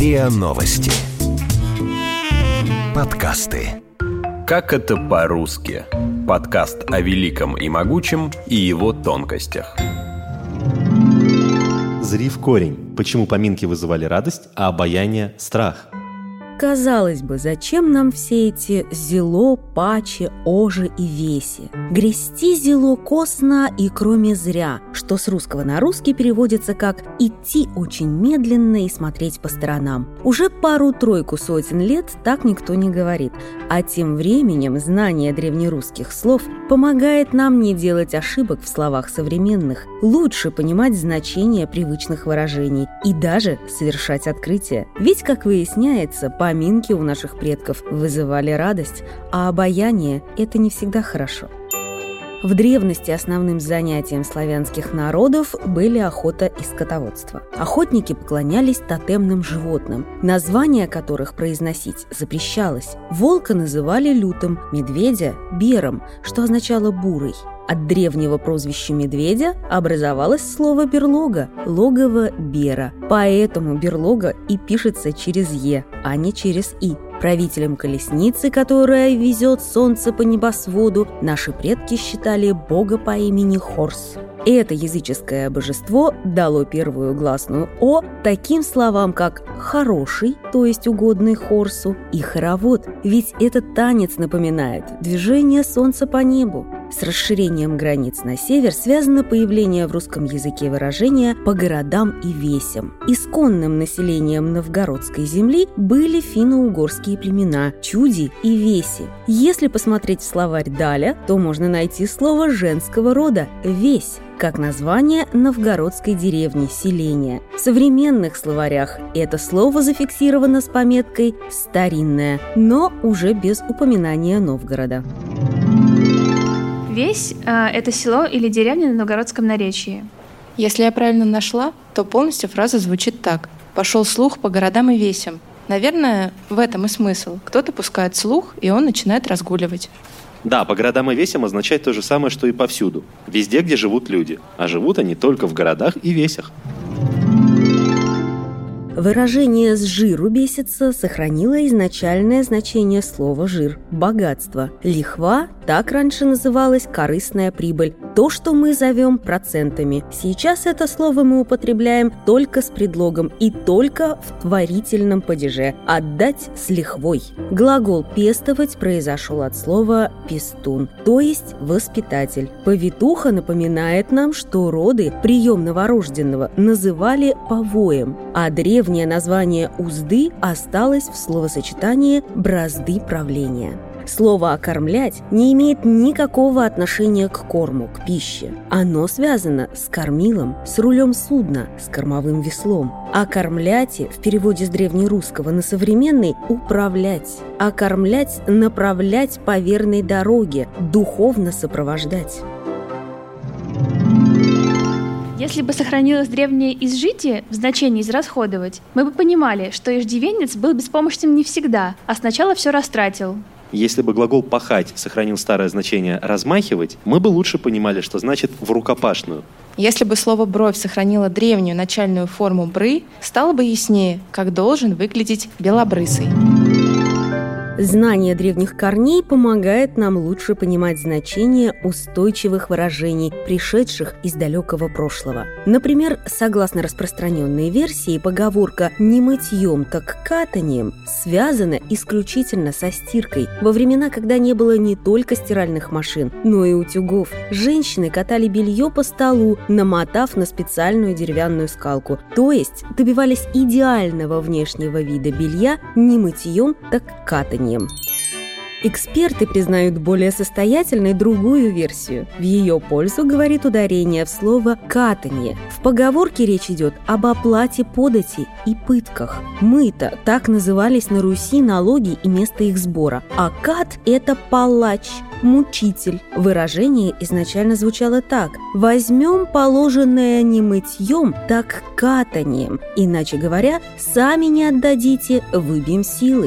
РИА Новости. Подкасты. Как это по-русски? Подкаст о великом и могучем и его тонкостях. Зри в корень. Почему поминки вызывали радость, а обаяние – страх? Казалось бы, зачем нам все эти зело, паче, оже и веси? Грести зело косно и кроме зря, что с русского на русский переводится как «идти очень медленно и смотреть по сторонам». Уже пару-тройку сотен лет так никто не говорит, а тем временем знание древнерусских слов помогает нам не делать ошибок в словах современных, лучше понимать значение привычных выражений и даже совершать открытия. Ведь, как выясняется, поминки у наших предков вызывали радость, а обаяние – это не всегда хорошо. В древности основным занятием славянских народов были охота и скотоводство. Охотники поклонялись тотемным животным, названия которых произносить запрещалось. Волка называли лютым, медведя – бером, что означало бурый. От древнего прозвища медведя образовалось слово «берлога» – логово бера. Поэтому берлога и пишется через «е», а не через «и». Правителем колесницы, которая везет солнце по небосводу, наши предки считали бога по имени Хорс. Это языческое божество дало первую гласную «о» таким словам, как «хороший», то есть угодный Хорсу, и «хоровод», ведь этот танец напоминает движение солнца по небу. С расширением границ на север связано появление в русском языке выражения «по городам и весям». Исконным населением новгородской земли были финно-угорские племена Чуди и Веси. Если посмотреть в словарь Даля, то можно найти слово женского рода «весь», как название новгородской деревни, селения. В современных словарях это слово зафиксировано с пометкой «старинное», но уже без упоминания Новгорода. Весь – это село или деревня на новгородском наречии. Если я правильно нашла, то полностью фраза звучит так: «Пошел слух по городам и весям». Наверное, в этом и смысл. Кто-то пускает слух, и он начинает разгуливать. Да, по городам и весям означает то же самое, что и повсюду. Везде, где живут люди. А живут они только в городах и весях. Выражение «с жиру бесится» сохранило изначальное значение слова «жир» – богатство. Лихва – так раньше называлась корыстная прибыль, то, что мы зовем процентами. Сейчас это слово мы употребляем только с предлогом и только в творительном падеже – отдать с лихвой. Глагол «пестовать» произошел от слова «пестун», то есть «воспитатель». Повитуха напоминает нам, что роды, прием новорожденного, называли повоем, а древнее название «узды» осталось в словосочетании «бразды правления». Слово «окормлять» не имеет никакого отношения к корму, к пище. Оно связано с кормилом, с рулем судна, с кормовым веслом. «Окормляти» в переводе с древнерусского на современный «управлять». «Окормлять» – направлять по верной дороге, духовно сопровождать. Если бы сохранилось древнее «изжитие» в значении «израсходовать», мы бы понимали, что иждивенец был беспомощным не всегда, а сначала все растратил. Если бы глагол «пахать» сохранил старое значение «размахивать», мы бы лучше понимали, что значит «в рукопашную». Если бы слово «бровь» сохранило древнюю начальную форму «бры», стало бы яснее, как должен выглядеть белобрысый. Знание древних корней помогает нам лучше понимать значение устойчивых выражений, пришедших из далекого прошлого. Например, согласно распространенной версии, поговорка «не мытьем, так катанием» связана исключительно со стиркой. Во времена, когда не было не только стиральных машин, но и утюгов, женщины катали белье по столу, намотав на специальную деревянную скалку, то есть добивались идеального внешнего вида белья не мытьем, так катанием. Эксперты признают более состоятельной другую версию. В ее пользу говорит ударение в слово «катанье». В поговорке речь идет об оплате подати и пытках. Мыто – так назывались на Руси налоги и место их сбора. А кат – это палач, мучитель. Выражение изначально звучало так: «Возьмем положенное не мытьем, так катаньем». Иначе говоря, сами не отдадите, выбьем силой.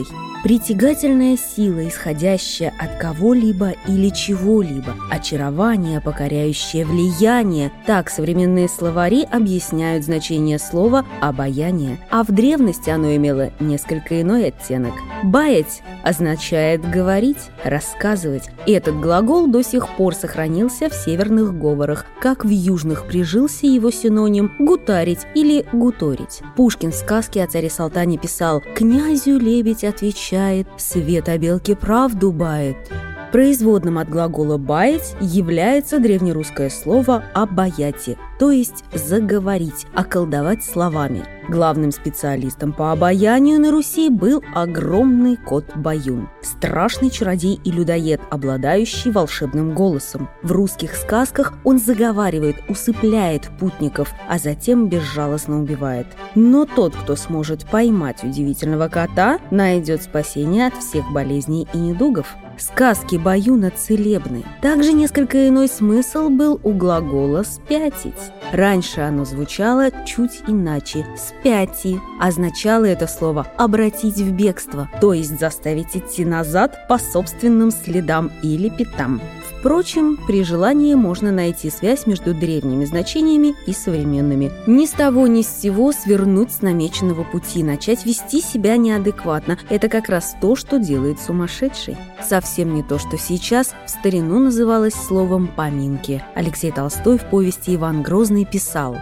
Притягательная сила, исходящая от кого-либо или чего-либо. Очарование, покоряющее влияние. Так современные словари объясняют значение слова «обаяние». А в древности оно имело несколько иной оттенок. «Баять» означает «говорить», «рассказывать». И этот глагол до сих пор сохранился в северных говорах, как в южных прижился его синоним «гутарить» или «гуторить». Пушкин в сказке о царе Салтане писал: «Князю лебедь отвечает, свет о белке правду бает». Производным от глагола «баять» является древнерусское слово «обаяти», то есть «заговорить», околдовать словами. Главным специалистом по обаянию на Руси был огромный кот Баюн, страшный чародей и людоед, обладающий волшебным голосом. В русских сказках он заговаривает, усыпляет путников, а затем безжалостно убивает. Но тот, кто сможет поймать удивительного кота, найдет спасение от всех болезней и недугов. Сказки Баюна целебны. Также несколько иной смысл был у глагола «спятить». Раньше оно звучало чуть иначе – «спяти». Означало это слово «обратить в бегство», то есть заставить идти назад по собственным следам или пятам. Впрочем, при желании можно найти связь между древними значениями и современными. Ни с того ни с сего свернуть с намеченного пути, начать вести себя неадекватно – это как раз то, что делает сумасшедший. Совсем не то, что сейчас в старину называлось словом «поминки». Алексей Толстой в повести «Иван Грозный» писал: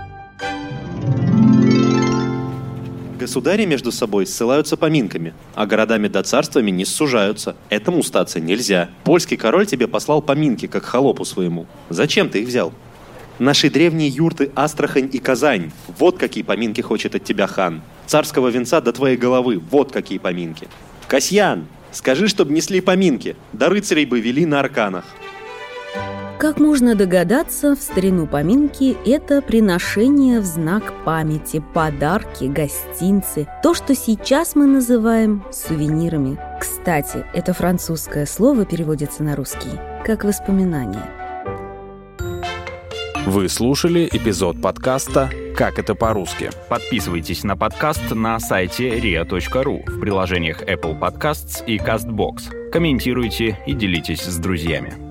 Государи между собой ссылаются поминками, а городами да царствами не сужаются. Этому статься нельзя. Польский король тебе послал поминки, как холопу своему. Зачем ты их взял? Наши древние юрты Астрахань и Казань. Вот какие поминки хочет от тебя хан. Царского венца до твоей головы. Вот какие поминки. Касьян, скажи, чтоб несли поминки, да рыцарей бы вели на арканах. Как можно догадаться, в старину поминки – это приношение в знак памяти, подарки, гостинцы, то, что сейчас мы называем сувенирами. Кстати, это французское слово переводится на русский как «воспоминание». Вы слушали эпизод подкаста «Как это по-русски». Подписывайтесь на подкаст на сайте ria.ru, в приложениях Apple Podcasts и CastBox. Комментируйте и делитесь с друзьями.